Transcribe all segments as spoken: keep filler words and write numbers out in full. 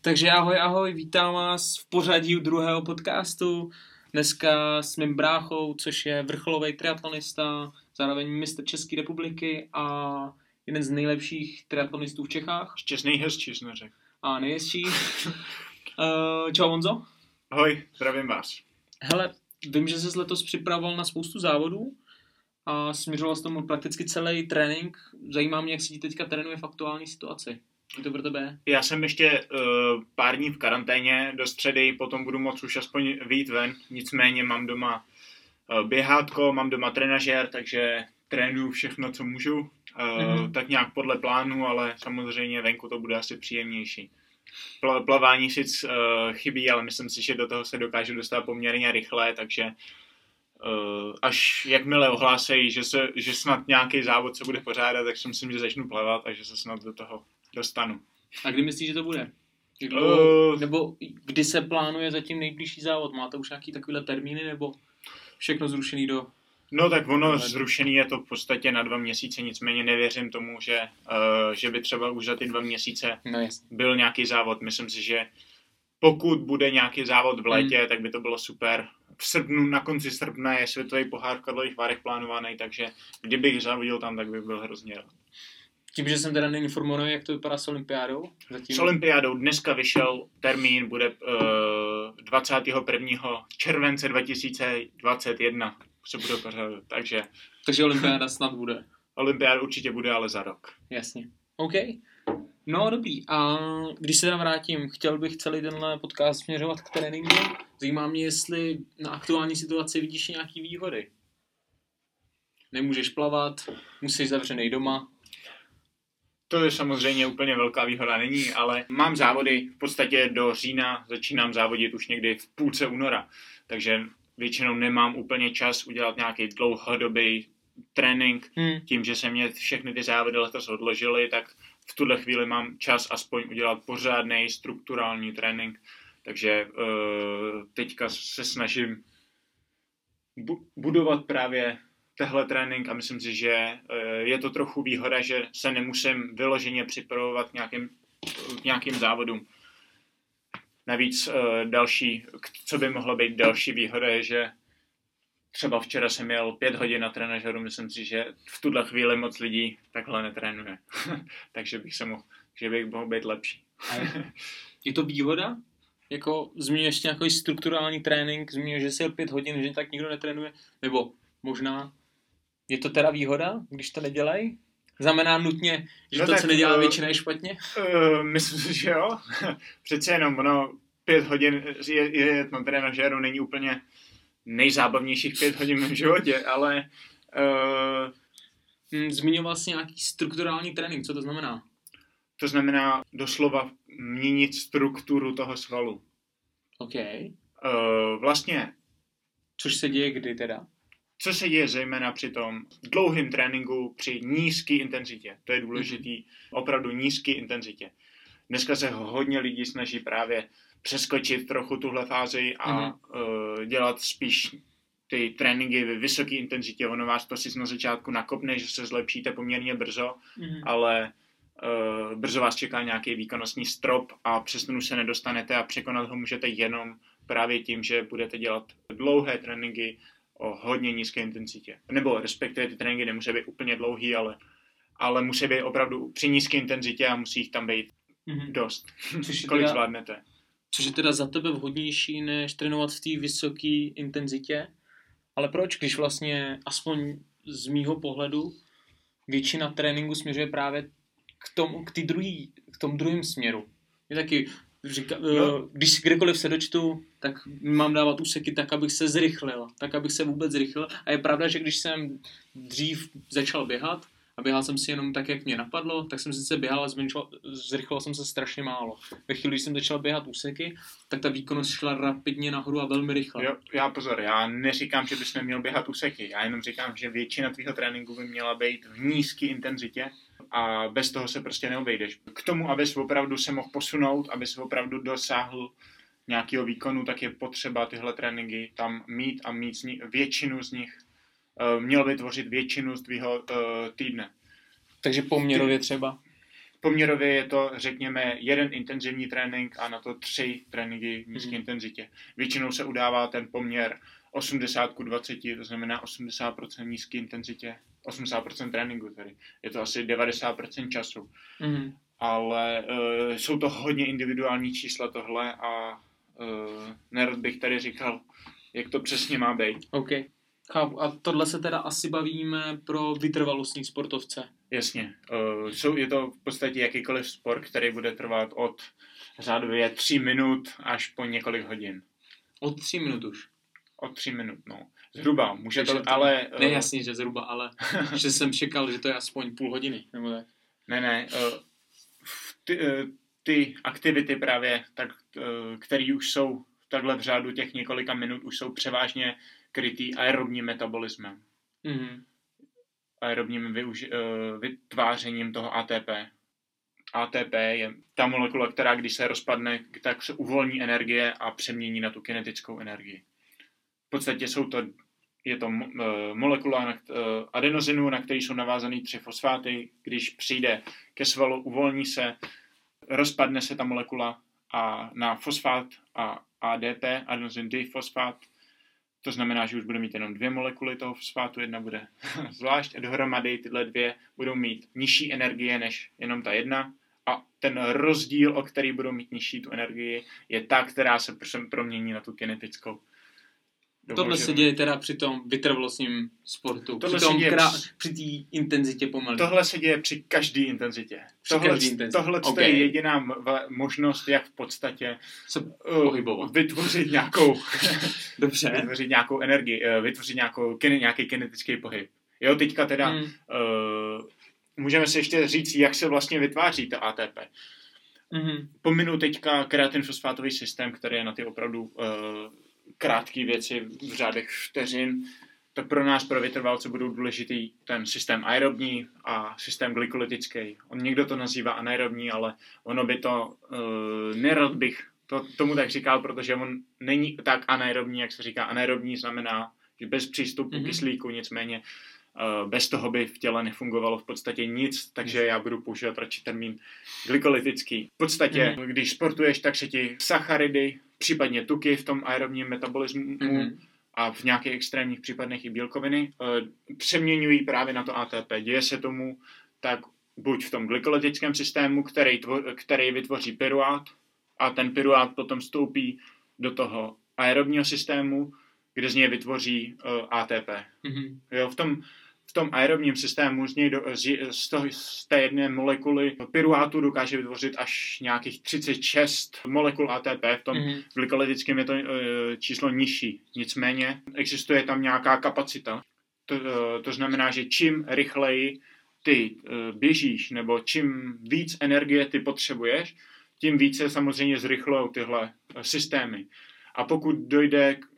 Takže ahoj, ahoj, vítám vás v pořadí druhého podcastu. Dneska s mým bráchou, což je vrcholový triatlonista, zároveň mistr České republiky a jeden z nejlepších triatlonistů v Čechách. Ještě z nejhezčí, jsem řekl. A nejhezčí. uh, čau Honzo. Ahoj, zdravím vás. Hele, vím, že jsi letos připravoval na spoustu závodů a směřoval s tomu prakticky celý trénink. Zajímá mě, jak se ti teďka trénuje v aktuální situaci. Je to pro tebe? Já jsem ještě uh, pár dní v karanténě do středy, potom budu moct už aspoň vyjít ven. Nicméně mám doma uh, běhátko, mám doma trenažér, takže trénuju všechno, co můžu. Uh, mm-hmm. Tak nějak podle plánu, ale samozřejmě venku to bude asi příjemnější. Pl- plavání sice uh, chybí, ale myslím si, že do toho se dokážu dostat poměrně rychle, takže uh, až jakmile ohlásejí, že, se, že snad nějaký závod se bude pořádat, tak si myslím, že začnu plavat a že se snad do toho dostanu. A kdy myslíš, že to bude? Dlouho, uh, nebo kdy se plánuje zatím nejbližší závod? Máte už nějaký takovýhle termíny, nebo všechno zrušený do... No tak ono zrušený je to v podstatě na dva měsíce, nicméně nevěřím tomu, že, uh, že by třeba už za ty dva měsíce no, byl nějaký závod. Myslím si, že pokud bude nějaký závod v létě, hmm. tak by to bylo super. V srpnu, na konci srpna je světový pohár v Karlových Varech plánovaný, takže kdybych závodil tam, tak bych byl hrozně rád. Tím, že jsem teda neinformovaný, jak to vypadá s olympiádou? Zatím... S olympiádou dneska vyšel termín, bude uh, dvacátého prvního července dva tisíce dvacet jedna se bude pořádat, takže... Takže olympiáda snad bude. Olympiáda určitě bude, ale za rok. Jasně. OK. No, dobrý. A když se teda vrátím, chtěl bych celý tenhle podcast směřovat k tréninku. Zajímá mě, jestli na aktuální situaci vidíš nějaký výhody. Nemůžeš plavat, musíš zavřenej doma. To je samozřejmě úplně velká výhoda není, ale mám závody v podstatě do října, začínám závodit už někdy v půlce února, takže většinou nemám úplně čas udělat nějaký dlouhodobý trénink. Hmm. Tím, že se mě všechny ty závody letos odložily, tak v tuhle chvíli mám čas aspoň udělat pořádný strukturální trénink, takže uh, teďka se snažím bu- budovat právě tehle trénink a myslím si, že je to trochu výhoda, že se nemusím vyloženě připravovat k nějakým, k nějakým závodům. Navíc další, co by mohlo být další výhoda, je, že třeba včera jsem měl pět hodin na trenažeru, myslím si, že v tuhle chvíli moc lidí takhle netrénuje. Takže bych se mohl, že bych mohl být lepší. Je to výhoda? Jako zmíníš ještě nějaký strukturální trénink, zmíníš, že jsi jel pět hodin, že tak nikdo netrénuje? Nebo možná je to teda výhoda, když to nedělají? Znamená nutně, že no to, tak, co nedělá většina, je špatně? Uh, myslím si, že jo. Přece jenom, no, pět hodin je, je na trenažéru není úplně nejzábavnějších pět hodin v mém životě, ale... Uh... Zmiňoval jsi nějaký strukturální trénink, co to znamená? To znamená doslova měnit strukturu toho svalu. OK. Uh, vlastně... Což se děje kdy teda? Co se děje zejména při tom dlouhém tréninku při nízké intenzitě. To je důležitý, mm-hmm. opravdu nízké intenzitě. Dneska se hodně lidí snaží právě přeskočit trochu tuhle fázi a mm-hmm. uh, dělat spíš ty tréninky ve vysoké intenzitě. Ono vás to si na začátku nakopne, že se zlepšíte poměrně brzo, mm-hmm. ale uh, brzo vás čeká nějaký výkonnostní strop a přesunu se nedostanete a překonat ho můžete jenom právě tím, že budete dělat dlouhé tréninky o hodně nízké intenzitě. Nebo respektive ty tréninky nemusí být úplně dlouhý, ale, ale musí být opravdu při nízké intenzitě a musí jich tam být mm-hmm. dost. Kolik teda, zvládnete. Což je teda za tebe vhodnější, než trénovat v té vysoké intenzitě. Ale proč, když vlastně aspoň z mýho pohledu většina tréninku směřuje právě k tomu, k, druhý, k tomu druhém směru. Je taky... Říká, no. Když si kdekoliv se dočtu, tak mám dávat úseky tak, abych se zrychlil, tak, abych se vůbec zrychlil. A je pravda, že když jsem dřív začal běhat a běhal jsem si jenom tak, jak mě napadlo, tak jsem sice běhal a zrychlil jsem se strašně málo. Ve chvíli, když jsem začal běhat úseky, tak ta výkonnost šla rapidně nahoru a velmi rychle. Jo, já pozor, já neříkám, že bys neměl běhat úseky, já jenom říkám, že většina tvýho tréninku by měla být v nízké intenzitě a bez toho se prostě neobejdeš. K tomu, abys opravdu se mohl posunout, abys opravdu dosáhl nějakého výkonu, tak je potřeba tyhle tréninky tam mít a mít z nich, většinu z nich, uh, měl by tvořit většinu z tvýho uh, týdne. Takže poměrově třeba? poměrově je to, řekněme, jeden intenzivní trénink a na to tři tréninky v nízké Mhm. intenzitě. Většinou se udává ten poměr osmdesát ku dvaceti, to znamená osmdesát procent nízké intenzitě, osmdesát procent tréninku tedy. Je to asi devadesát procent času. Mhm. Ale uh, jsou to hodně individuální čísla tohle a uh, nerad bych tady říkal, jak to přesně má být. OK. Chápu. A tohle se teda asi bavíme pro vytrvalostní sportovce. Jasně. Uh, jsou, je to v podstatě jakýkoliv sport, který bude trvat od řádově tří minut až po několik hodin. Od tří minut už. Od tří minut, no. Zhruba. Může Takže to, to- ale... Ne, uh, jasně, že zhruba, ale že jsem čekal, že to je aspoň půl hodiny. Nebo tak. Ne, ne. Uh, ty, uh, ty aktivity právě, tak, uh, které už jsou takhle v řádu těch několika minut, už jsou převážně krytý aerobním metabolismem. Mhm. Aerobním využi- uh, vytvářením toho A T P. A T P je ta molekula, která když se rozpadne, tak se uvolní energie a přemění na tu kinetickou energii. V podstatě jsou to, je to uh, molekula na, uh, adenozinu, na který jsou navázané tři fosfáty. Když přijde ke svalu, uvolní se, rozpadne se ta molekula a na fosfát a A D P, adenozin difosfát. To znamená, že už bude mít jenom dvě molekuly toho fosfátu, jedna bude zvlášť a dohromady tyhle dvě budou mít nižší energie než jenom ta jedna a ten rozdíl, o který budou mít nižší tu energii, je ta, která se promění na tu kinetickou. Tohle se děje teda při tom vytrvalostním sportu. Tohle při tom se děje krá... při- při té intenzitě pomalu. Tohle se děje při každé intenzitě. Při Tohle, každý intenzitě. tohle Ok. je jediná m- možnost, jak v podstatě Se uh, pohybovat. vytvořit nějakou Dobře. vytvořit nějakou energii, uh, vytvořit nějakou, kin, nějaký kinetický pohyb. Jo, teďka teda Hmm. uh, můžeme si ještě říct, jak se vlastně vytváří ta A T P. Mhm. Pominu teďka kreatinfosfátový systém, který je na ty opravdu uh, krátké věci v řádech vteřin. Tak pro nás, pro vytrvalce, budou důležitý ten systém aerobní a systém glykolytický. On někdo to nazývá anaerobní, ale ono by to, uh, nerad bych to, tomu tak říkal, protože on není tak anaerobní, jak se říká. Anaerobní znamená, že bez přístupu Mhm. kyslíku, nicméně uh, bez toho by v těle nefungovalo v podstatě nic, takže já budu používat radši termín glykolytický. V podstatě, Mhm. když sportuješ, tak se ti sacharidy, případně tuky v tom aerobním metabolismu Mhm. a v nějakých extrémních případech i bílkoviny e, přeměňují právě na to A T P. Děje se tomu tak buď v tom glykolytickém systému, který, tvo, který vytvoří pyruát a ten pyruát potom vstoupí do toho aerobního systému, kde z něj vytvoří e, A T P. Mhm. Jo, v tom v tom aerobním systému z, něj do, z, z, toho, z té jedné molekuly pyruátu dokáže vytvořit až nějakých třicet šest molekul A T P. V tom Mhm. glykolytickém je to e, číslo nižší. Nicméně existuje tam nějaká kapacita. To, e, to znamená, že čím rychleji ty e, běžíš, nebo čím víc energie ty potřebuješ, tím více samozřejmě zrychlujou tyhle e, systémy. A pokud dojde k,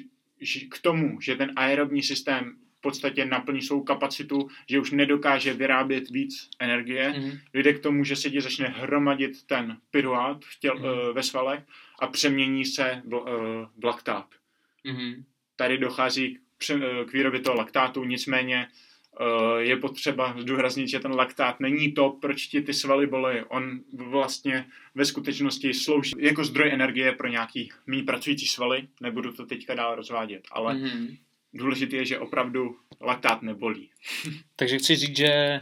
k tomu, že ten aerobní systém v podstatě naplní svou kapacitu, že už nedokáže vyrábět víc energie, Mhm. dojde k tomu, že se ti začne hromadit ten pyruát v těl, Mhm. e, ve svalech a přemění se v, e, v laktát. Mhm. Tady dochází k, pře, k výrobě toho laktátu, nicméně e, je potřeba zdůraznit, že ten laktát není to, proč ti ty svaly bolí. On vlastně ve skutečnosti slouží jako zdroj energie pro nějaký méně pracující svaly. Nebudu to teďka dál rozvádět, ale Mhm. důležité je, že opravdu laktát nebolí. Takže chci říct, že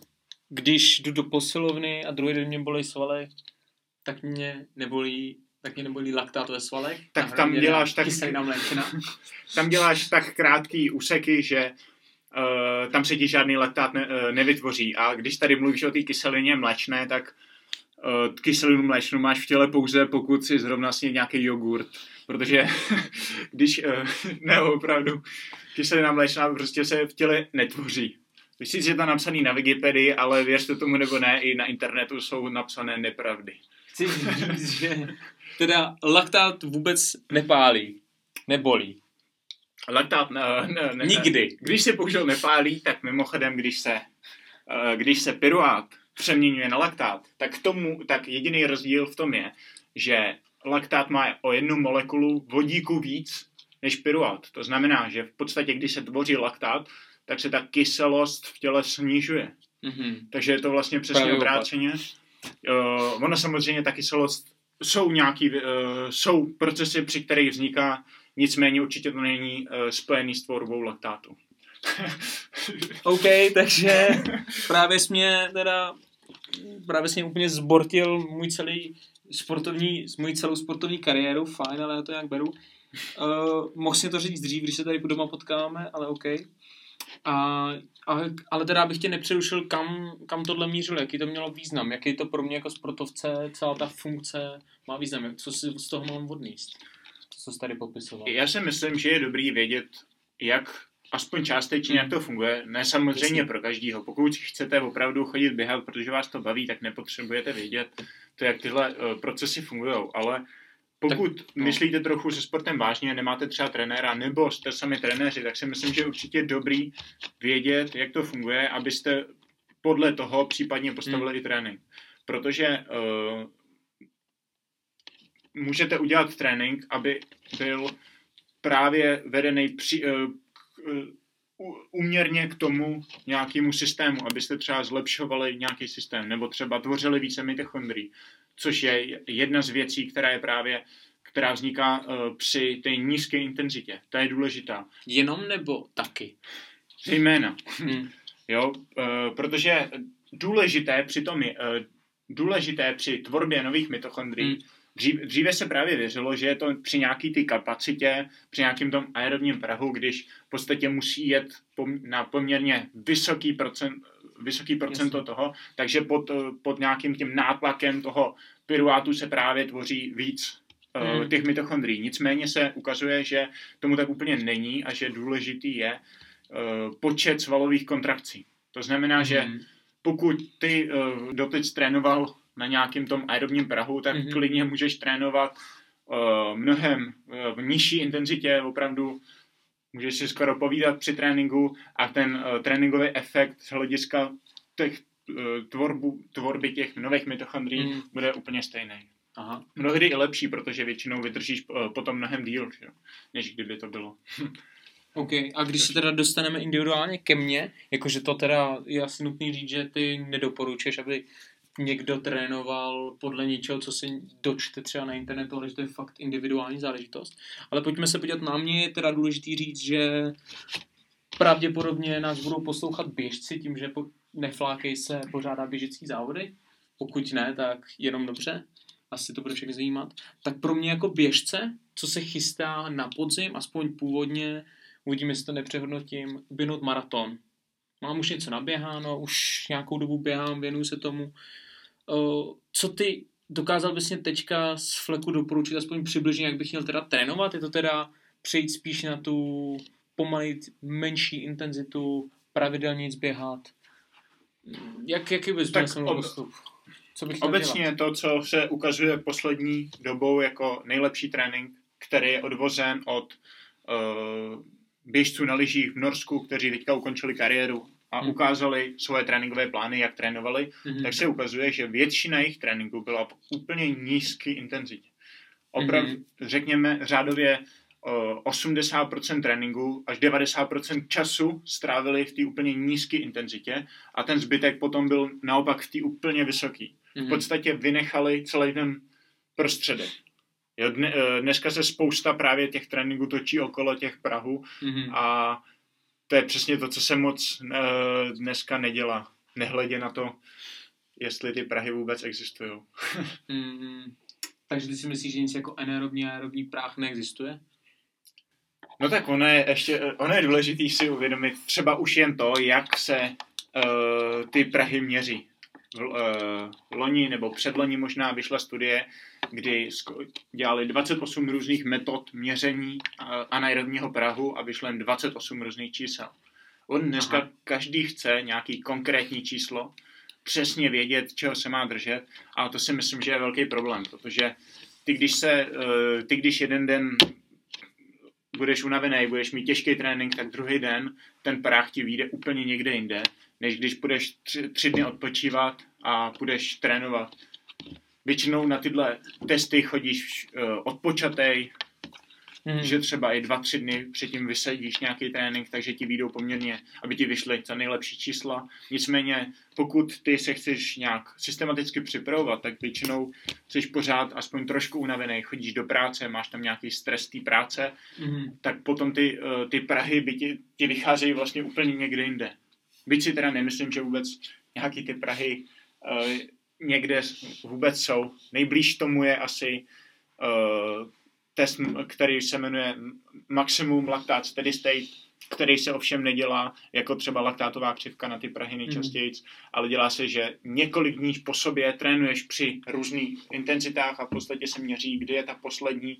když jdu do posilovny a druhý den mě bolí svaly, tak mě nebolí, tak mě nebolí laktát ve svalech. Tak nahradě tam děláš tak- kyselina mléčná. Tam děláš tak krátký úseky, že uh, tam se ti žádný laktát ne, uh, nevytvoří. A když tady mluvíš o té kyselině mléčné, tak uh, kyselinu mléčnou máš v těle pouze, pokud si zrovna sní nějaký jogurt. Protože když, uh, ne opravdu, kyselina mléčná prostě se v těle netvoří. Myslím, že je to napsaný na Wikipedii, ale věřte tomu nebo ne, i na internetu jsou napsané nepravdy. Chci říct, že teda laktát vůbec nepálí, nebolí. Laktát ne, ne, ne, Nikdy. Když se použil nepálí, tak mimochodem, když se, eh, když se pyruát přeměňuje na laktát, tak, tomu, tak jediný rozdíl v tom je, že laktát má o jednu molekulu vodíku víc než pyruát. To znamená, že v podstatě, když se tvoří laktát, tak se ta kyselost v těle snižuje. Mhm. Takže je to vlastně přesně Pravý opak. obráceně. Uh, ono samozřejmě taky jsou, jsou nějaký, uh, jsou procesy, při kterých vzniká, nicméně určitě to není uh, spojený s tvorbou laktátu. OK, takže právě jsi mě teda, právě jsi mě úplně zbortil můj celý sportovní, můj celou sportovní kariéru, fajn, ale já to nějak beru. Uh, mohl jsi to říct dřív, když se tady po doma potkáme, ale OK. A, a, ale teda bych tě nepřerušil, kam, kam tohle mířil, jaký to mělo význam, jaký to pro mě jako sportovce, celá ta funkce má význam, jak, co si z toho mám odníst, co jsi tady popisoval. Já si myslím, že je dobrý vědět, jak aspoň částečně, jak to funguje. Ne samozřejmě Jasně. pro každýho. Pokud chcete opravdu chodit běhat, protože vás to baví, tak nepotřebujete vědět to, jak tyhle uh, procesy fungují, ale pokud tak, no. myslíte trochu se sportem vážně, nemáte třeba trenéra, nebo jste sami trenéři, tak si myslím, že je určitě dobrý vědět, jak to funguje, abyste podle toho případně postavili hmm. i trénink. Protože uh, můžete udělat trénink, aby byl právě vedený při, uh, uh, úměrně k tomu nějakému systému, abyste třeba zlepšovali nějaký systém, nebo třeba tvořili více mitochondrií, což je jedna z věcí, která je právě, která vzniká uh, při té nízké intenzitě. Ta je důležitá. Jenom nebo taky? Zejména. Hmm. Jo, uh, protože důležité při tom je, uh, důležité při tvorbě nových mitochondrií, hmm. dřív, dříve se právě věřilo, že je to při nějaký ty kapacitě, při nějakým tom aerobním prahu, když v podstatě musí jet pom, na poměrně vysoký procent, vysoký procento Jasně. toho, takže pod, pod nějakým tím nátlakem toho pyruátu se právě tvoří víc hmm. uh, těch mitochondrií. Nicméně se ukazuje, že tomu tak úplně není a že důležitý je uh, počet svalových kontrakcí. To znamená, hmm. že pokud ty uh, doteď trénoval na nějakém tom aerobním prahu, tak hmm. klidně můžeš trénovat uh, mnohem uh, v nižší intenzitě, opravdu můžeš si skoro povídat při tréninku a ten uh, tréninkový efekt z hlediska těch uh, tvorbu, tvorby těch nových mitochondrií mm. bude úplně stejný. Aha. Mnohdy i lepší, protože většinou vydržíš uh, potom mnohem díl, že? Než kdyby to bylo. OK, a když se teda dostaneme individuálně ke mně, jakože to teda je asi nutný říct, že ty nedoporučuješ, aby někdo trénoval podle něčeho, co si dočte třeba na internetu, ale že to je fakt individuální záležitost. Ale pojďme se podívat na mě, je teda důležitý říct, že pravděpodobně nás budou poslouchat běžci tím, že neflákej se pořádá běžecký závody. Pokud ne, tak jenom dobře. Asi to bude všechny zajímat. Tak pro mě jako běžce, co se chystá na podzim, aspoň původně, uvidíme, jestli to nepřehodnotím, běhnout maraton. Mám už něco naběháno, už nějakou dobu běhám, věnuju se tomu. Co ty dokázal bys mě teďka z fleku doporučit, aspoň přibližně, jak bych měl teda trénovat? Je to teda přejít spíš na tu pomalit menší intenzitu, pravidelně nic běhat? Jak, jaký bys měl ob... postup? Co bych Obecně dělat? To, co se ukazuje poslední dobou jako nejlepší trénink, který je odvozen od uh, běžců na lyžích v Norsku, kteří teďka ukončili kariéru a hmm. ukázali svoje tréninkové plány, jak trénovali, hmm. tak se ukazuje, že většina jejich tréninků byla v úplně nízké intenzitě. Opravdu, hmm. řekněme, řádově uh, osmdesát procent tréninku až devadesát procent času strávili v té úplně nízké intenzitě a ten zbytek potom byl naopak v té úplně vysoký. Hmm. V podstatě vynechali celý ten prostředek. Jo, dne, dneska se spousta právě těch tréninků točí okolo těch prahů mm-hmm. a to je přesně to, co se moc dneska nedělá. Nehledě na to, jestli ty prahy vůbec existují. mm-hmm. Takže ty si myslíš, že nic jako anaerobní a aerobní práh neexistuje? No tak ono je, ještě, ono je důležitý si uvědomit třeba už jen to, jak se uh, ty prahy měří. V, uh, loni nebo předloni možná vyšla studie, kdy dělali dvacet osm různých metod měření anaerobního prahu a vyšlo jen dvacet osm různých čísel. On dneska Aha. každý chce nějaký konkrétní číslo, přesně vědět, čeho se má držet a to si myslím, že je velký problém, protože ty když, se, ty, když jeden den budeš unavený, budeš mít těžký trénink, tak druhý den ten prach ti vyjde úplně někde jinde, než když budeš tři, tři dny odpočívat a budeš trénovat. Většinou na tyhle testy chodíš uh, odpočatej, mm. že třeba i dva, tři dny předtím vysadíš nějaký trénink, takže ti vyjdou poměrně, aby ti vyšly co nejlepší čísla. Nicméně, pokud ty se chceš nějak systematicky připravovat, tak většinou jsi pořád aspoň trošku unavený, chodíš do práce, máš tam nějaký stres té práce, mm. tak potom ty, ty prahy by ti, ti vycházejí vlastně úplně někde jinde. Byť si teda nemyslím, že vůbec nějaký ty prahy uh, někde vůbec jsou. Nejblíž tomu je asi uh, test, který se jmenuje Maximum Lactate Steady State, který se ovšem nedělá jako třeba laktátová křivka na ty prahy nejčastěji, mm. ale dělá se, že několik dní po sobě trénuješ při různých intenzitách a v podstatě se měří, kdy je ta poslední,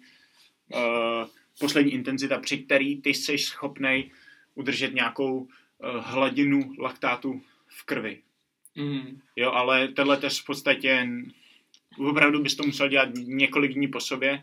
uh, poslední intenzita, při který ty jsi schopnej udržet nějakou uh, hladinu laktátu v krvi. Mm. Jo, ale tenhle test v podstatě opravdu bys to musel dělat několik dní po sobě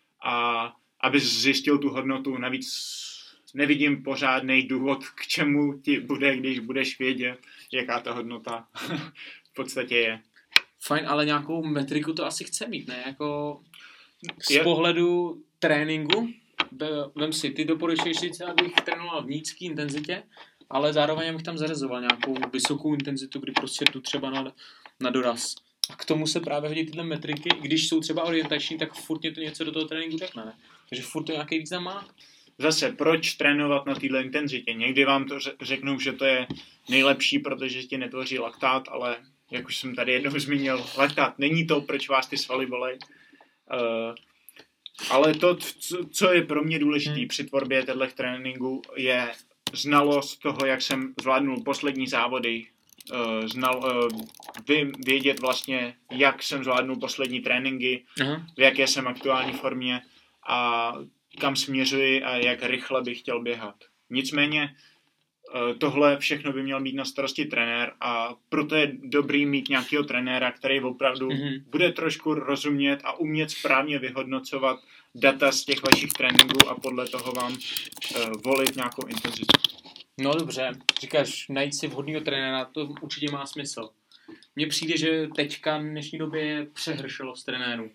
a abys zjistil tu hodnotu. Navíc nevidím pořádný důvod, k čemu ti bude, když budeš vědět, jaká ta hodnota v podstatě je. Fajn, ale nějakou metriku to asi chce mít, ne? Jako z je... pohledu tréninku, vem si, ty doporučuješ si, abych trénoval v nízké intenzitě, ale zároveň bych tam zařazoval nějakou vysokou intenzitu, kdy prostě jdu třeba na, na doraz. A k tomu se právě hodí tyhle metriky, když jsou třeba orientační, tak furt mě to něco do toho tréninku řekne, ne? Takže furt to nějaký význam má. Zase, proč trénovat na této intenzitě? Někdy vám to řeknou, že to je nejlepší, protože ti netvoří laktát, ale jak už jsem tady jednou zmínil, laktát není to, proč vás ty svaly bolej. Uh, ale to, co je pro mě důležité hmm. při tvorbě těchto tréninků, je znalost toho, jak jsem zvládnul poslední závody, uh, znal, uh, vím, vědět vlastně, jak jsem zvládnul poslední tréninky, uh-huh. v jaké jsem aktuální formě a kam směřuji a jak rychle bych chtěl běhat. Nicméně uh, tohle všechno by měl mít na starosti trenér a proto je dobrý mít nějakého trenéra, který opravdu uh-huh. bude trošku rozumět a umět správně vyhodnocovat data z těch vašich tréninků a podle toho vám uh, volit nějakou intenzitu. No dobře, říkáš, najít si vhodného trenéra, to určitě má smysl. Mně přijde, že teďka v dnešní době je přehršelost trenérů.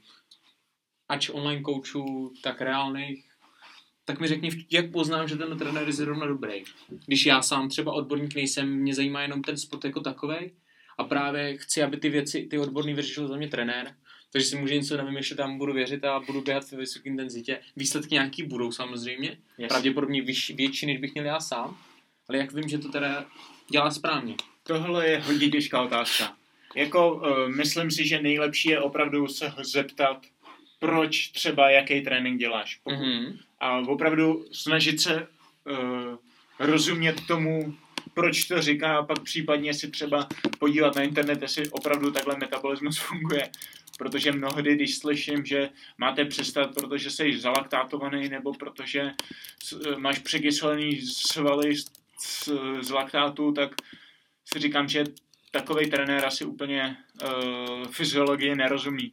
Ač online coachů, tak reálných. Tak mi řekni, jak poznám, že ten trenér je zrovna dobrý. Když já sám třeba odborník nejsem, mě zajímá jenom ten sport jako takovej a právě chci, aby ty věci, ty odborný vyřešil za mě trenér. Takže si může něco nevymýšlet, tam budu věřit a budu běhat ve vysoké intenzitě. Výsledky nějaký budou samozřejmě, yes. Pravděpodobně vyš, větší, než bych měl já sám. Ale jak vím, že to teda dělá správně? Tohle je hodně těžká otázka. Jako, uh, myslím si, že nejlepší je opravdu se zeptat, proč třeba jaký trénink děláš. Mm-hmm. A opravdu snažit se uh, rozumět tomu, proč to říká, a pak případně si třeba podívat na internet, jestli opravdu takhle metabolismus funguje. Protože mnohdy, když slyším, že máte přestat, protože jsi zalaktátovaný, nebo protože máš překyselený svaly z, z, z laktátu, tak si říkám, že takovej trenér asi úplně uh, fyziologii nerozumí.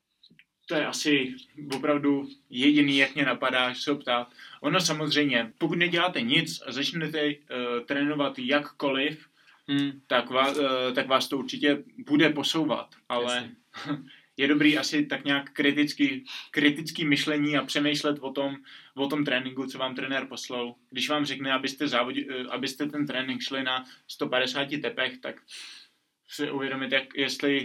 To je asi opravdu jediný, jak mě napadá, se ho ptát. Ono samozřejmě, pokud neděláte nic a začnete uh, trénovat jakkoliv, hmm. tak, vás, uh, tak vás to určitě bude posouvat, ale je dobrý asi tak nějak kritický, kritický myšlení a přemýšlet o tom, o tom tréninku, co vám trenér poslal. Když vám řekne, abyste, závodě, abyste ten trénink šli na sto padesáti tepech, tak si uvědomit, jak, jestli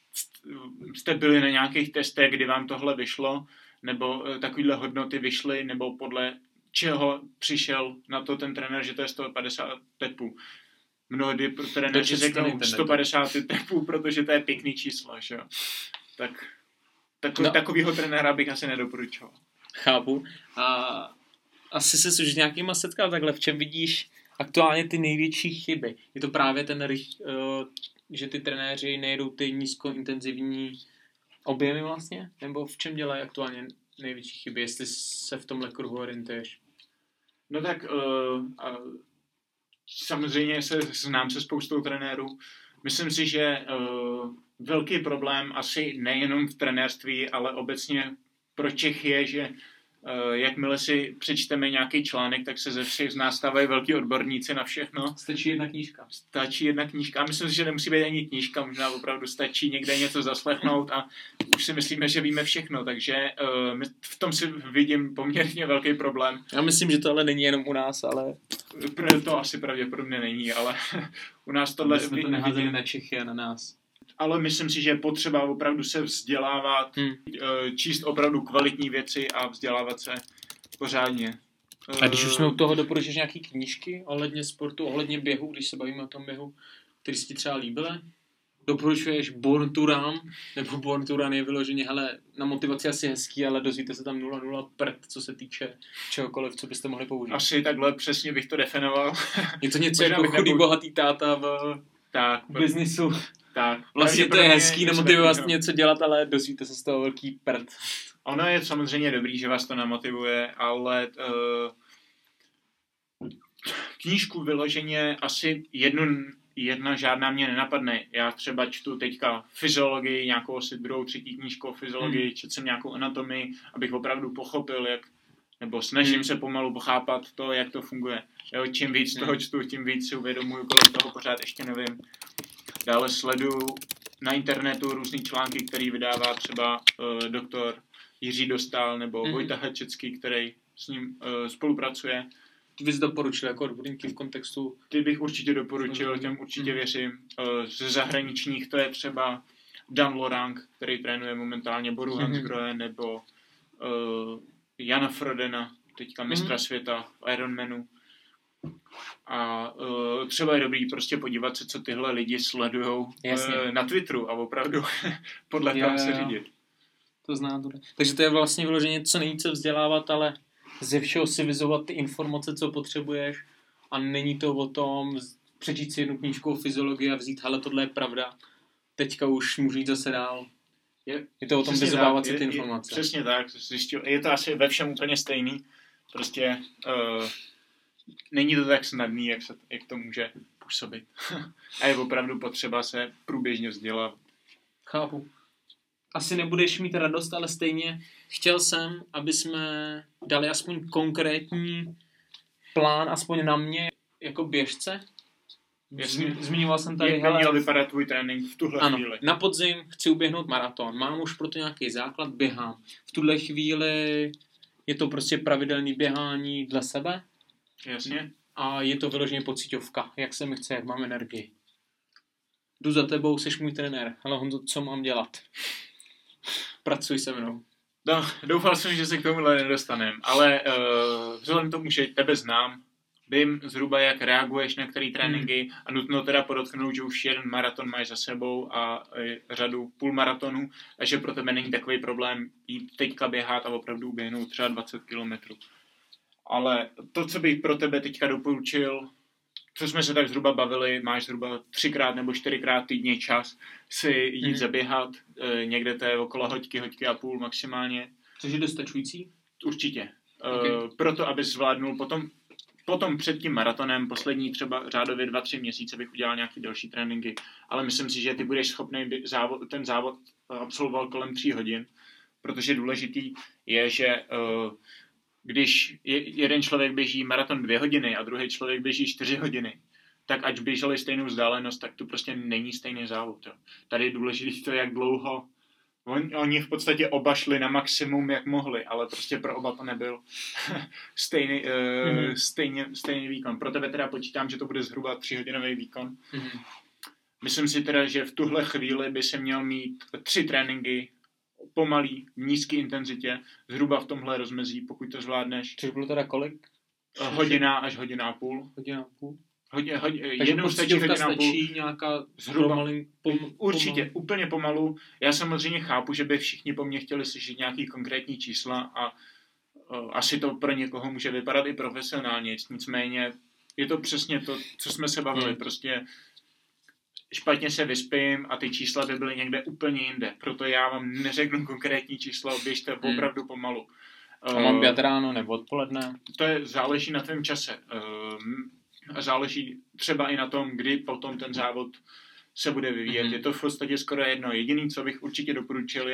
jste byli na nějakých testech, kdy vám tohle vyšlo, nebo takovýhle hodnoty vyšly, nebo podle čeho přišel na to ten trenér, že to je sto padesát tepů. Mnohdy trenéři řeknou sto padesát tepů, protože to je pěkný číslo, že jo. Tak tako, no. Takovýho trenéra bych asi nedoporučoval. Chápu. A asi se už nějakýma setkal takhle, v čem vidíš aktuálně ty největší chyby? Je to právě ten, uh, že ty trenéři nejedou ty nízkointenzivní objemy vlastně? Nebo v čem dělají aktuálně největší chyby, jestli se v tomhle kruhu orientuješ? No tak uh, uh, samozřejmě se znám se spoustou trenérů. Myslím si, že uh, velký problém asi nejenom v trenérství, ale obecně pro Čechy je, že jakmile si přečteme nějaký článek, tak se ze všech z nás stávají velký odborníci na všechno. Stačí jedna knížka. Stačí jedna knížka. A myslím si, že nemusí být ani knížka, možná opravdu stačí někde něco zaslechnout a už si myslíme, že víme všechno, takže uh, v tom si vidím poměrně velký problém. Já myslím, že to ale není jenom u nás, ale... To asi pravděpodobně není, ale u nás tohle... My jsme to neházeli na Čechy a na nás. Ale myslím si, že je potřeba opravdu se vzdělávat, hmm. číst opravdu kvalitní věci a vzdělávat se pořádně. A když už jsme u toho, doporučíš nějaký knížky ohledně sportu, ohledně běhu, když se bavíme o tom běhu, který si ti třeba líbily? Doporučuješ Born to Run, nebo Born to Run je vyloženě, hele, na motivaci asi hezký, ale dozvíte se tam nula nula prd, co se týče čehokoliv, co byste mohli použít. Asi takhle přesně bych to definoval. Je to něco jako chudý nepouž... bohatý táta v, tak, v biznisu. Tak, vlastně to je hezký, nemotivuje vás něco dělat, ale dozvíte se z toho velký prd. Ono je samozřejmě dobrý, že vás to nemotivuje, ale uh, knížku vyloženě asi jednu, jedna žádná mě nenapadne. Já třeba čtu teďka fyziologii, nějakou asi druhou, třetí knížku o fyziologii, hmm. četl jsem nějakou anatomii, abych opravdu pochopil, jak, nebo snažím hmm. se pomalu pochápat to, jak to funguje. Jo, čím víc hmm. toho čtu, tím víc si uvědomuju, kolik toho pořád ještě nevím. Dále sleduju na internetu různý články, který vydává třeba uh, doktor Jiří Dostál nebo mm-hmm. Vojta Hačecký, který s ním uh, spolupracuje. Ty bys doporučil jako odborníky v kontextu? Ty bych určitě doporučil, těm určitě mm-hmm. věřím. Uh, ze zahraničních to je třeba Dan Lorang, který trénuje momentálně Boru mm-hmm. Hansgrohe, nebo uh, Jana Frodena, teďka mistra mm-hmm. světa v Ironmanu. A uh, třeba je dobrý prostě podívat se, co tyhle lidi sledujou uh, na Twitteru a opravdu podle toho se řídit. To znám. Takže to je vlastně vyloženě co nejvíce vzdělávat, ale ze všeho si vyzovat ty informace, co potřebuješ a není to o tom přečíst si jednu knížku o fyziologii a vzít, hele, tohle je pravda, teďka už můžu jít zase dál. Je, je to o tom vyzovávat si ty informace. Je, přesně tak. Zjistil, je to asi ve všem úplně stejný. Prostě uh, není to tak snadný, jak, se, jak to může působit. A je opravdu potřeba se průběžně vzdělat. Chápu. Asi nebudeš mít radost, ale stejně chtěl jsem, aby jsme dali aspoň konkrétní plán, aspoň na mě, jako běžce. Jasně. Zmiňoval jsem tady... Jak by měl vypadat tvůj trénink v tuhle ano, chvíli? Na podzim chci uběhnout maraton. Mám už proto nějaký základ, běhám. V tuhle chvíli je to prostě pravidelný běhání dle sebe. Jasně. A je to vyloženě pociťovka, jak se mi chce, jak mám energii. Jdu za tebou, seš můj trenér. Ale Honzo, co mám dělat? Pracuj se mnou. No, doufal jsem, že se k tomuhle nedostaneme, ale uh, vzhledem tomu, že tebe znám, vím zhruba, jak reaguješ na který tréninky hmm. a nutno teda podotknout, že už jeden maraton máš za sebou a e, řadu půlmaratonů, takže pro tebe není takový problém jít teďka běhat a opravdu uběhnout třeba dvacet kilometrů. Ale to, co bych pro tebe teďka doporučil, co jsme se tak zhruba bavili, máš zhruba třikrát nebo čtyřikrát týdně čas si jít hmm. zaběhat, e, někde to je okolo hoďky, hoďky a půl maximálně. Což je dostačující? Určitě. Okay. E, proto, aby zvládnul potom Potom před tím maratonem, poslední třeba řádově dva, tři měsíce bych udělal nějaký další tréninky, ale myslím si, že ty budeš schopný závod, ten závod absolvovat kolem tří hodin, protože důležitý je, že uh, když je, jeden člověk běží maraton dvě hodiny a druhý člověk běží čtyři hodiny, tak ať běželi stejnou vzdálenost, tak to prostě není stejný závod. Jo. Tady je důležité to, jak dlouho On, oni v podstatě oba šli na maximum, jak mohli, ale prostě pro oba to nebyl stejný, uh, mm-hmm. stejně, stejný výkon. Pro tebe teda počítám, že to bude zhruba tříhodinový výkon. Mm-hmm. Myslím si teda, že v tuhle chvíli by se měl mít tři tréninky pomalý, v nízké intenzitě, zhruba v tomhle rozmezí, pokud to zvládneš. Což bylo teda kolik? Hodina až hodina a půl. Hodina a půl. Hodně, hodně, jednou stačí hodina a půl. Nějaká zhruba, pomalý, pom, určitě, pomalu. úplně pomalu. Já samozřejmě chápu, že by všichni po mně chtěli slyšet nějaký konkrétní čísla a uh, asi to pro někoho může vypadat i profesionálně. Nicméně je to přesně to, co jsme se bavili. Hmm. Prostě špatně se vyspím a ty čísla by byly někde úplně jinde. Proto já vám neřeknu konkrétní čísla, běžte hmm. opravdu pomalu. A mám běhat ráno nebo odpoledne? To je, záleží na tvém čase. Uh, A záleží třeba i na tom, kdy potom ten závod se bude vyvíjet. Mm-hmm. Je to v podstatě skoro jedno. Jediný, co bych určitě doporučil, je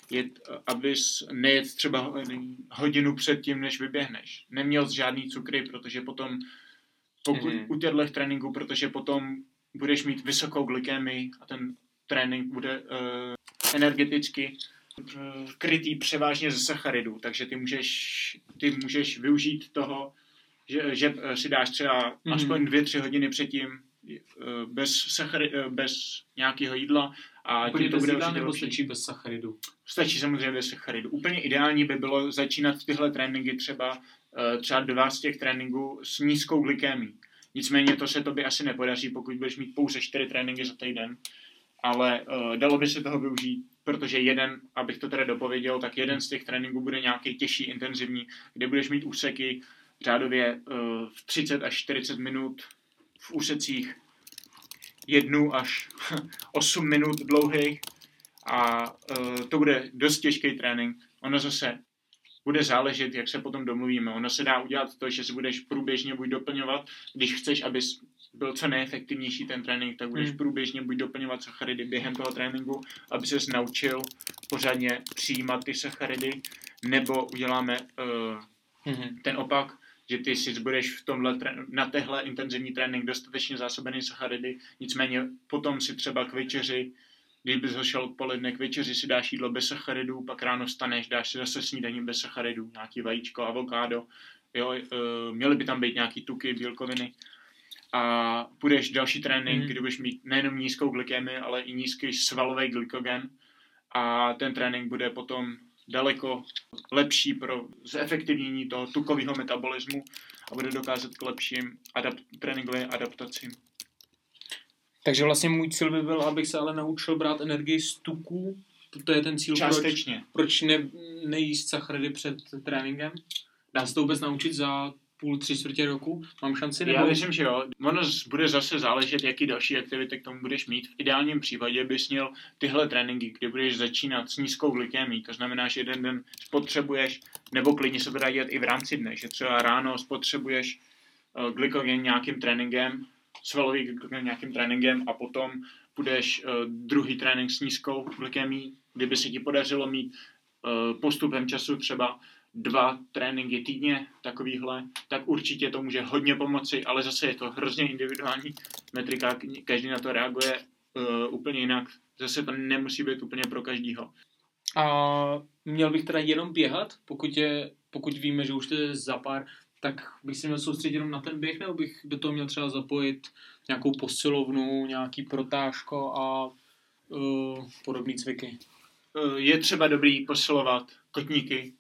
jet, abys nejet třeba hodinu před tím, než vyběhneš. Neměl žádný cukry, protože potom, pokud mm. u těchto tréninků, protože potom budeš mít vysokou glykémii a ten trénink bude uh, energeticky uh, krytý převážně ze sacharidů, takže ty můžeš, ty můžeš využít toho, že, že si dáš třeba mm. aspoň dvě, tři hodiny předtím uh, bez, sachary, uh, bez nějakého jídla a tím to bude jídla, nebo stačí bez sacharidů? Stačí samozřejmě bez sacharidů. Úplně ideální by bylo začínat tyhle tréninky třeba, uh, třeba dva z těch tréninků s nízkou glykémií. Nicméně to se tobě asi nepodaří, pokud budeš mít pouze čtyři tréninky za týden. Ale uh, dalo by se toho využít, protože jeden, abych to teda dopověděl, tak jeden z těch tréninků bude nějaký těžší, intenzivní, kde budeš mít úseky řádově uh, v třicet až čtyřicet minut v úsecích jednu až osm minut dlouhých a uh, to bude dost těžký trénink. Ono zase bude záležet, jak se potom domluvíme. Ono se dá udělat to, že si budeš průběžně buď doplňovat, když chceš, aby byl co nejefektivnější ten trénink, tak budeš hmm. průběžně buď doplňovat sacharidy během toho tréninku, aby ses naučil pořádně přijímat ty sacharidy, nebo uděláme uh, hmm. ten opak, že ty si budeš v tomhle, na téhle intenzivní trénink dostatečně zásobený sacharidy, nicméně potom si třeba k večeři, když bys ho šel odpoledne k večeři, si dáš jídlo bez sacharidů, pak ráno staneš, dáš si zase snídaní bez sacharidů, nějaký vajíčko, avokádo, jo, e, měly by tam být nějaký tuky, bílkoviny a půjdeš další trénink, mm. kdy budeš mít nejenom nízkou glykémii, ale i nízký svalový glykogen a ten trénink bude potom daleko lepší pro zefektivnění toho tukového metabolismu a bude dokázat k lepším adapt- tréninkovým adaptacím. Takže vlastně můj cíl by byl, abych se ale naučil brát energii z tuků. To je ten cíl, částečně. Proč, proč ne, nejíst sacharidy před tréninkem. Dá se to vůbec naučit za půl, tři čtvrtě roku? Mám šanci? Nebo... Já myslím, že jo. Ono bude zase záležet, jaký další aktivity k tomu budeš mít. V ideálním případě bys měl tyhle tréninky, kdy budeš začínat s nízkou glykémií. To znamená, že jeden den spotřebuješ, nebo klidně se to dá dělat i v rámci dne, že třeba ráno spotřebuješ uh, glykogen nějakým tréninkem, svalový glykogen nějakým tréninkem a potom budeš uh, druhý trénink s nízkou glykémií. Kdyby se ti podařilo mít uh, postupem času třeba dva tréninky týdně, takovýhle, tak určitě to může hodně pomoci, ale zase je to hrozně individuální metrika, každý na to reaguje uh, úplně jinak. Zase to nemusí být úplně pro každýho. A měl bych teda jenom běhat, pokud, je, pokud víme, že už to je za pár, tak bych si měl soustředit jenom na ten běh, nebo bych do toho měl třeba zapojit nějakou posilovnu, nějaký protážko a uh, podobné cviky. Uh, je třeba dobrý posilovat kotníky.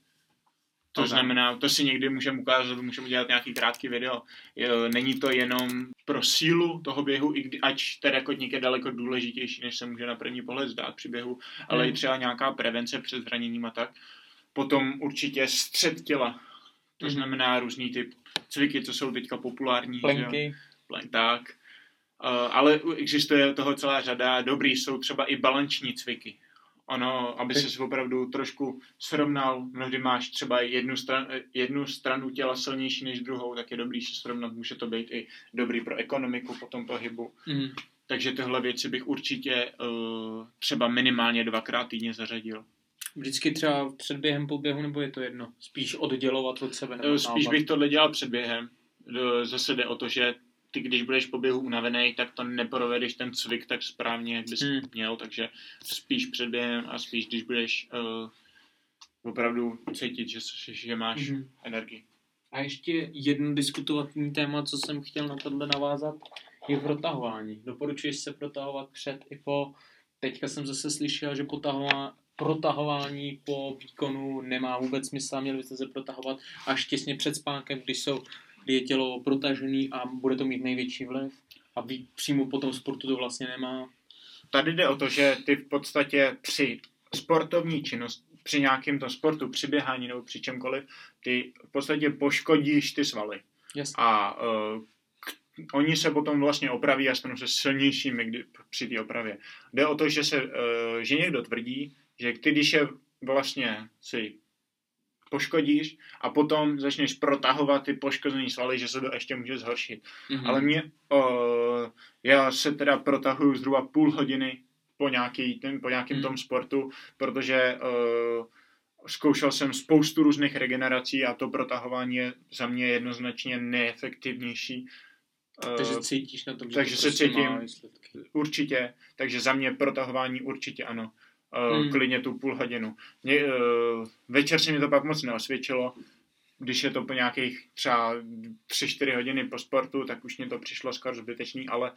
To okay. znamená, to si někdy můžeme ukázat, můžeme udělat nějaký krátký video. Není to jenom pro sílu toho běhu, i kdy, ač teda kotník je daleko důležitější, než se může na první pohled zdát při běhu, ale mm. i třeba nějaká prevence před zraněním a tak. Potom určitě střed těla. To mm. znamená různý typ cviky, co jsou teďka populární. Plenky. Plen, tak. Uh, ale existuje toho celá řada. Dobrý jsou třeba i balanční cviky. Ono, aby se opravdu trošku srovnal, mnohdy máš třeba jednu, stran, jednu stranu těla silnější než druhou, tak je dobrý se srovnat, může to být i dobrý pro ekonomiku po tom pohybu. Mm. Takže tyhle věci bych určitě uh, třeba minimálně dvakrát týdně zařadil. Vždycky třeba před během, po běhu, nebo je to jedno? Spíš oddělovat od sebe? Nebo Spíš bych tohle dělal před během. Zase jde o to, že ty, když budeš po běhu unavený, tak to neprovedeš ten cvik tak správně, jak bys hmm. měl, takže spíš před během a spíš, když budeš uh, opravdu cítit, že, že máš hmm. energii. A ještě jedno diskutovatní téma, co jsem chtěl na tohle navázat, je protahování. Doporučuješ se protahovat před i po... Teďka jsem zase slyšel, že potahová, protahování po výkonu nemá vůbec smysl, měli byste se protahovat až těsně před spánkem, když jsou kdy je tělo protažený a bude to mít největší vliv a přímo po tom sportu to vlastně nemá. Tady jde o to, že ty v podstatě při sportovní činnosti, při nějakém tom sportu, při běhání nebo při čemkoliv, ty v podstatě poškodíš ty svaly. Jasně. A uh, k, oni se potom vlastně opraví a stanou se silnějšími kdy, při té opravě. Jde o to, že, se, uh, že někdo tvrdí, že ty, když je vlastně si poškodíš a potom začneš protahovat ty poškozený svaly, že se to ještě může zhoršit. Mm-hmm. Ale mě, uh, já se teda protahuju zhruba půl hodiny po, nějaký, ten, po nějakém Hmm. tom sportu, protože uh, zkoušel jsem spoustu různých regenerací a to protahování je za mě jednoznačně neefektivnější. Takže cítíš na tom, že takže to se prostě cítím má výsledky. Určitě, takže za mě protahování určitě ano. Uh, Hmm. Klidně tu půl hodinu. Mě, uh, večer se mi to pak moc neosvědčilo, když je to po nějakých třeba tři čtyři hodiny po sportu, tak už mě to přišlo skoro zbytečný, ale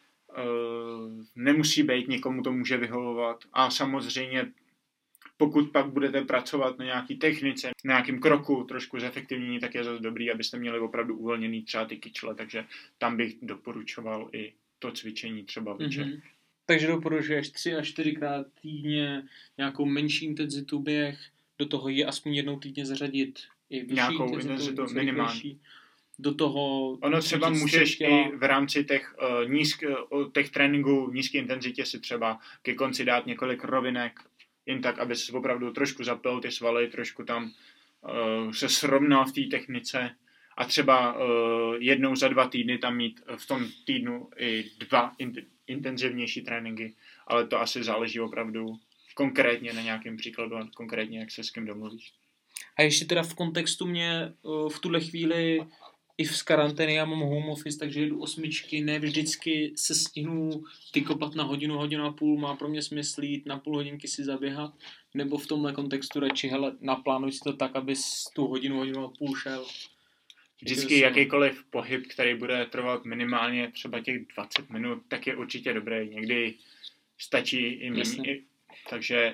uh, nemusí být, někomu to může vyhovovat. A samozřejmě pokud pak budete pracovat na nějaký technice, na nějakým kroku trošku zefektivnění, tak je zase dobrý, abyste měli opravdu uvolněný třeba ty kyčle, takže tam bych doporučoval i to cvičení třeba večer. Mm-hmm. Takže doporučuješ tři až čtyřikrát týdně nějakou menší intenzitu běh, do toho je aspoň jednou týdně zařadit i vyšší nějakou intenzitu, intenzitu minimální. Do toho... Ono třeba můžeš i v rámci těch, uh, nízk, uh, těch tréninků v nízké intenzitě si třeba ke konci dát několik rovinek, jen tak, aby se opravdu trošku zapil ty svaly, trošku tam uh, se srovnal v té technice a třeba uh, jednou za dva týdny tam mít v tom týdnu i dva in- intenzivnější tréninky, ale to asi záleží opravdu konkrétně na nějakém příkladu a konkrétně, jak se s kým domluvíš. A ještě teda v kontextu mě uh, v tuhle chvíli i v karanténě já mám home office, takže jedu osmičky, ne vždycky se stihnu vykopat na hodinu, hodinu a půl, má pro mě smysl jít na půl hodinky si zaběhat, nebo v tomhle kontextu radši, hele, naplánuj si to tak, aby tu hodinu, hodinu a půl šel. Vždycky jakýkoliv pohyb, který bude trvat minimálně třeba těch dvacet minut, tak je určitě dobrý. Někdy stačí i méně, takže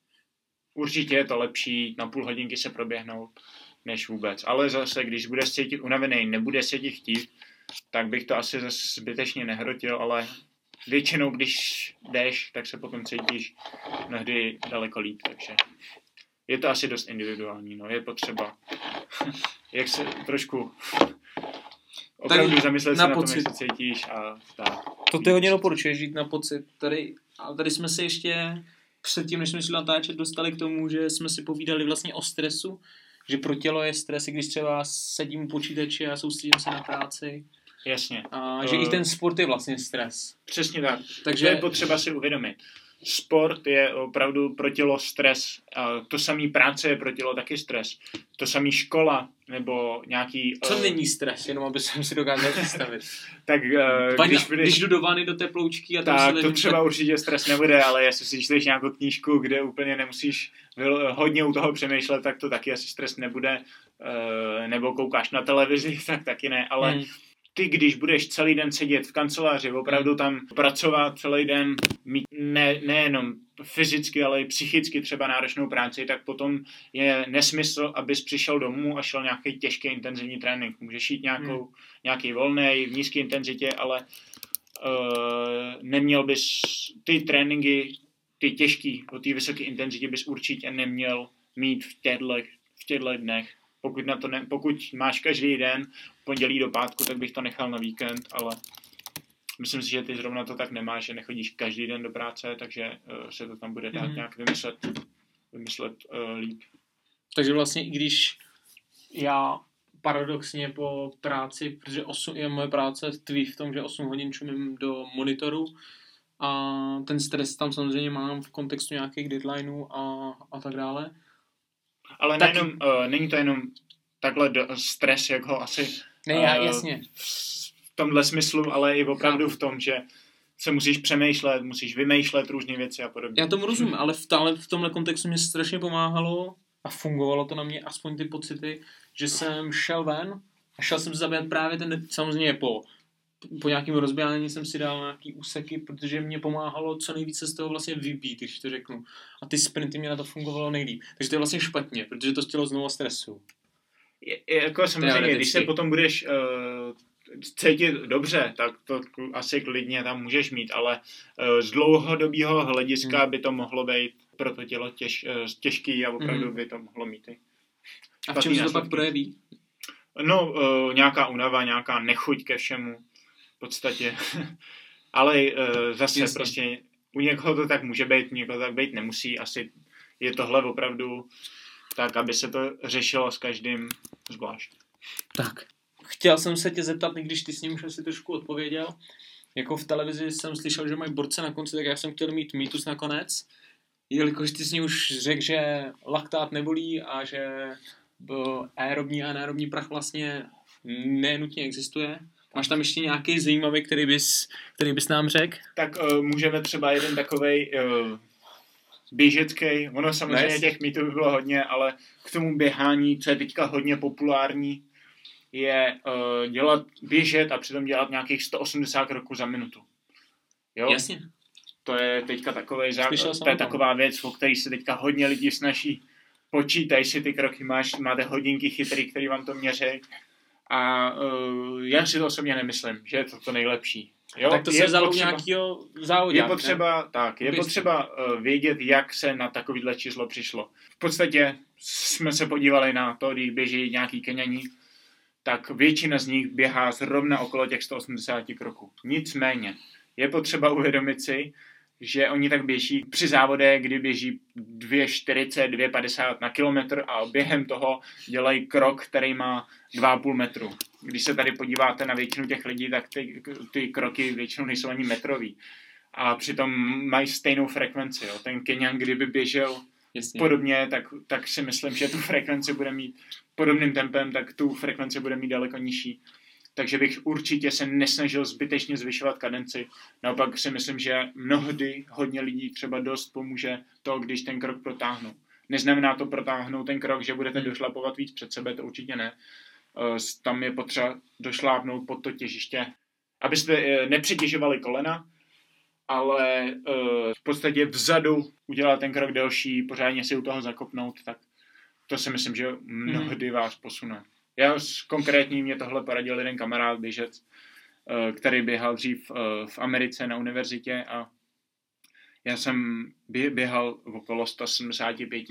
určitě je to lepší na půl hodinky se proběhnout, než vůbec. Ale zase, když budeš cítit unavený, nebude se ti chtít, tak bych to asi zase zbytečně nehrotil, ale většinou, když jdeš, tak se potom cítíš mnohdy daleko líp, takže je to asi dost individuální, no, je potřeba jak se trošku opravdu tak zamyslet se na, na tom, jak se cítíš a tak. To ty hodně doporučuješ jít na pocit. Tady, a tady jsme se ještě předtím, než jsme šli natáčet, dostali k tomu, že jsme si povídali vlastně o stresu, že pro tělo je stres, když třeba sedím u počítače a soustředím se na práci. Jasně. A že uh, i ten sport je vlastně stres. Přesně tak. Takže to je potřeba si uvědomit. Sport je opravdu pro tělo stres. A to samý práce je pro tělo taky stres. To samý škola nebo nějaký... Co uh, není stres, jenom aby jsem si dokázal představit. tak uh, Vani, když, budeš, když jdu do vany, do teploučky a tam tak to třeba tak... určitě stres nebude, ale jestli si čteš nějakou knížku, kde úplně nemusíš hodně u toho přemýšlet, tak to taky asi stres nebude. Uh, nebo koukáš na televizi, tak taky ne, ale... Hmm. Ty, když budeš celý den sedět v kanceláři, opravdu tam pracovat celý den, mít ne, nejenom fyzicky, ale i psychicky třeba náročnou práci, tak potom je nesmysl, abys přišel domů a šel nějaký těžký intenzivní trénink. Můžeš jít nějakou, hmm. nějaký volnej, v nízké intenzitě, ale uh, neměl bys ty tréninky, ty těžký, o té vysoké intenzitě bys určitě neměl mít v těchto v těchto dnech. Pokud, na to ne, pokud máš každý den, pondělí do pátku, tak bych to nechal na víkend, ale myslím si, že ty zrovna to tak nemáš, že nechodíš každý den do práce, takže uh, se to tam bude dát mm. nějak vymyslet, vymyslet uh, líp. Takže vlastně i když já paradoxně po práci, protože osm, je moje práce tví v tom, že osm hodin čumím do monitoru a ten stres tam samozřejmě mám v kontextu nějakých deadlineů a, a tak dále. Ale Taky... nejenom, uh, není to jenom takhle do, stres, jak ho asi ne, já, jasně. Uh, v tomhle smyslu, ale i opravdu v tom, že se musíš přemýšlet, musíš vymýšlet různé věci a podobně. Já tomu rozumím, ale v, tále, v tomhle kontextu mě strašně pomáhalo a fungovalo to na mě aspoň ty pocity, že jsem šel ven a šel jsem se zabývat právě ten, samozřejmě po, po nějakém rozběhání jsem si dal nějaký úseky, protože mě pomáhalo co nejvíce z toho vlastně vybít, když to řeknu. A ty sprinty mě na to fungovalo nejlíp. Takže to je vlastně špatně, protože to chtělo znovu stresu. Je, je, jako samozřejmě, když se potom budeš uh, cítit dobře, tak to asi klidně tam můžeš mít, ale uh, z dlouhodobého hlediska hmm. by to mohlo být pro to tělo těž, uh, těžký a opravdu hmm. by to mohlo mít. A v čem se to pak projeví? No, uh, nějaká únava, nějaká nechuť ke všemu, v podstatě. Ale uh, zase Jasně. prostě u někoho to tak může být, u někoho tak být nemusí. Asi je tohle opravdu tak, aby se to řešilo s každým zvlášť. Tak. Chtěl jsem se tě zeptat, i když ty s ním už asi trošku odpověděl, jako v televizi jsem slyšel, že mají borce na konci, tak já jsem chtěl mít mýtus nakonec, jelikož ty jsi už řekl, že laktát nebolí a že aerobní a anaerobní prach vlastně nenutně existuje. Máš tam ještě nějaký zajímavý, který bys, který bys nám řekl? Tak uh, můžeme třeba jeden takovej uh, běžecký, ono samozřejmě nice. Těch mýtů by bylo hodně, ale k tomu běhání, co je teďka hodně populární, je uh, dělat, běžet a přitom dělat nějakých sto osmdesát kroků za minutu. Jo? Jasně. To je teďka takovej zá- to je taková věc, o který se teďka hodně lidí snaží. Počítaj si ty kroky, máš, máte hodinky chytrý, který vám to měří. A uh, já si to osobně nemyslím, že je to to nejlepší. Jo? Tak to se vzalo nějakýho závodě. Je potřeba, ne? tak, je potřeba uh, vědět, jak se na takovýhle číslo přišlo. V podstatě jsme se podívali na to, když běží nějaký Keňani, tak většina z nich běhá zrovna okolo těch sto osmdesát kroků. Nicméně je potřeba uvědomit si, že oni tak běží při závodě, kdy běží dvě čtyřicet, dvě padesát na kilometr a během toho dělají krok, který má dva a půl metru. Když se tady podíváte na většinu těch lidí, tak ty, ty kroky většinou nejsou ani metrový. A přitom mají stejnou frekvenci. Jo. Ten Keňan, kdyby běžel Jasně. podobně, tak, tak si myslím, že tu frekvenci bude mít podobným tempem, tak tu frekvenci bude mít daleko nižší. Takže bych určitě se nesnažil zbytečně zvyšovat kadenci. Naopak si myslím, že mnohdy hodně lidí třeba dost pomůže to, když ten krok protáhnou. Neznamená to protáhnout ten krok, že budete došlapovat víc před sebe, to určitě ne. Tam je potřeba došlápnout pod to těžiště, abyste nepřetěžovali kolena, ale v podstatě vzadu udělat ten krok delší, pořádně si u toho zakopnout, tak to si myslím, že mnohdy vás posune. Já konkrétně mě tohle poradil jeden kamarád, běžec, který běhal dřív v Americe na univerzitě a já jsem běhal okolo sto sedmdesát pět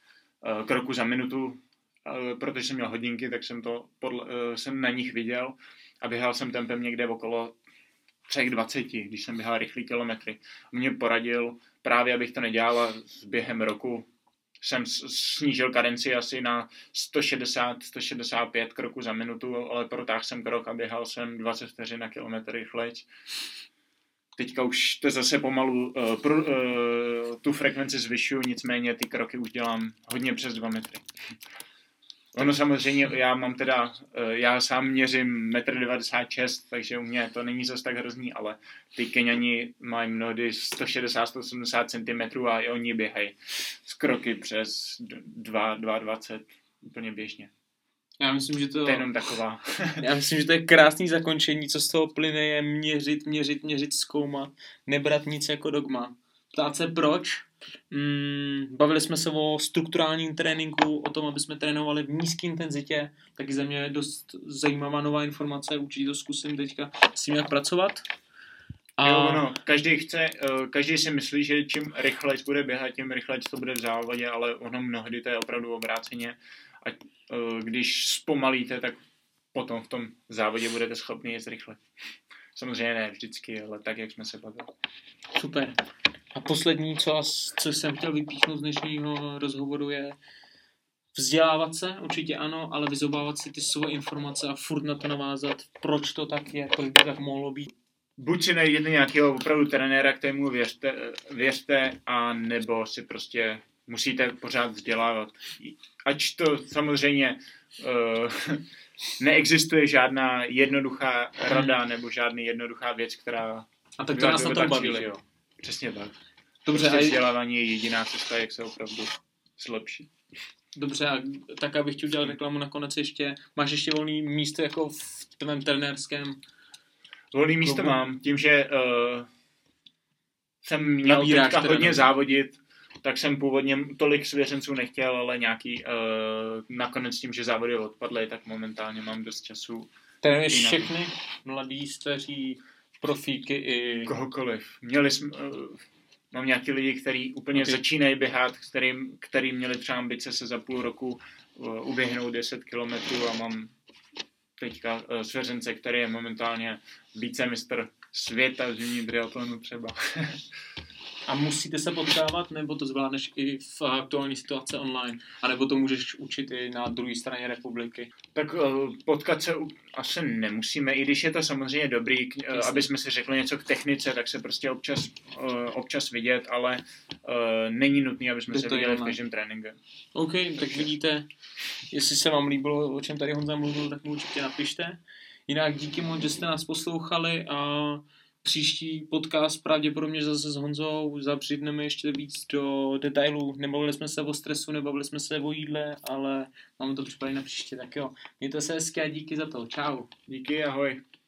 kroků za minutu, protože jsem měl hodinky, tak jsem to podle, jsem na nich viděl a běhal jsem tempem někde okolo tři dvacet, když jsem běhal rychlý kilometry. Mě poradil právě, abych to nedělal během roku. Jsem snížil kadenci asi na sto šedesát, sto šedesát pět kroků za minutu, ale protáhl jsem krok a běhal jsem dvacet vteřin na kilometr rychlejc. Teďka už to zase pomalu uh, pro, uh, tu frekvenci zvyšuju, nicméně ty kroky už dělám hodně přes dva metry. Ono samozřejmě, já mám teda, uh, já sám měřím metr devadesát šest, takže u mě to není zase tak hrozný, ale ty Keňani mají mnohdy sto šedesát až sto sedmdesát centimetrů a i oni běhají z kroky přes dva, dvacet dva úplně běžně. Já myslím, že to... To je jenom taková. Já myslím, že to je krásný zakončení, co z toho plyne je měřit, měřit, měřit, zkoumat, nebrat nic jako dogma. Ptát se proč? Hmm, bavili jsme se o strukturálním tréninku, o tom, aby jsme trénovali v nízké intenzitě, taky za mě je dost zajímavá nová informace, určitě to zkusím teďka s tím, jak pracovat. A... Jo, no, každý chce, každý si myslí, že čím rychleji bude běhat, tím rychleji to bude v závodě, ale ono mnohdy to je opravdu obráceně. A když zpomalíte, tak potom v tom závodě budete schopni jet rychle. Samozřejmě ne vždycky, ale tak, jak jsme se bavili. Super. A poslední, co, co jsem chtěl vypíchnout z dnešního rozhovoru, je vzdělávat se, určitě ano, ale vyzobávat si ty svoje informace a furt na to navázat, proč to tak je, proč by tak mohlo být. Buď si najděte nějakého opravdu trenéra, kterému věřte, věřte, a nebo si prostě musíte pořád vzdělávat. Ač to samozřejmě uh, neexistuje žádná jednoduchá rada nebo žádná jednoduchá věc, která... A tak to nás na tom baví, jo. Přesně tak. Dobře, prostě vzdělávání je jediná cesta, jak se opravdu zlepšit. Dobře, a tak abych ti udělal reklamu nakonec ještě. Máš ještě volný místo jako v tvém trenérském? Volný místo klubu? Mám. Tím, že uh, jsem měl Nabíráš teďka hodně nebo... závodit, tak jsem původně tolik svěřenců nechtěl, ale nějaký uh, nakonec tím, že závody odpadly, tak momentálně mám dost času. Trénuješ všechny mladí, staří, profíky i... Kohokoliv. Měli jsme... Uh, Mám nějaký lidi, kteří úplně okay. začínají běhat, který, který měli třeba ambice se za půl roku uh, uběhnout deset kilometrů a mám teďka uh, svěřence, který je momentálně vicemistr světa zimní triatlonu třeba. A musíte se potkávat, nebo to zvládneš i v aktuální situaci online? A nebo to můžeš učit i na druhé straně republiky? Tak uh, potkat se asi nemusíme, i když je to samozřejmě dobrý, k, uh, aby jsme si řekli něco k technice, tak se prostě občas, uh, občas vidět, ale uh, není nutné, aby jsme Je se to viděli online. v každém tréninku. OK, tak vidíte, jestli se vám líbilo, o čem tady Honza mluvil, tak mu určitě napište. Jinak díky moc, že jste nás poslouchali a příští podcast pravděpodobně zase s Honzou zabředneme ještě víc do detailů. Nebavili jsme se o stresu, nebavili jsme se o jídle, ale máme to připravené na příště. Tak jo, mějte se hezky a díky za to. Čau. Díky, ahoj.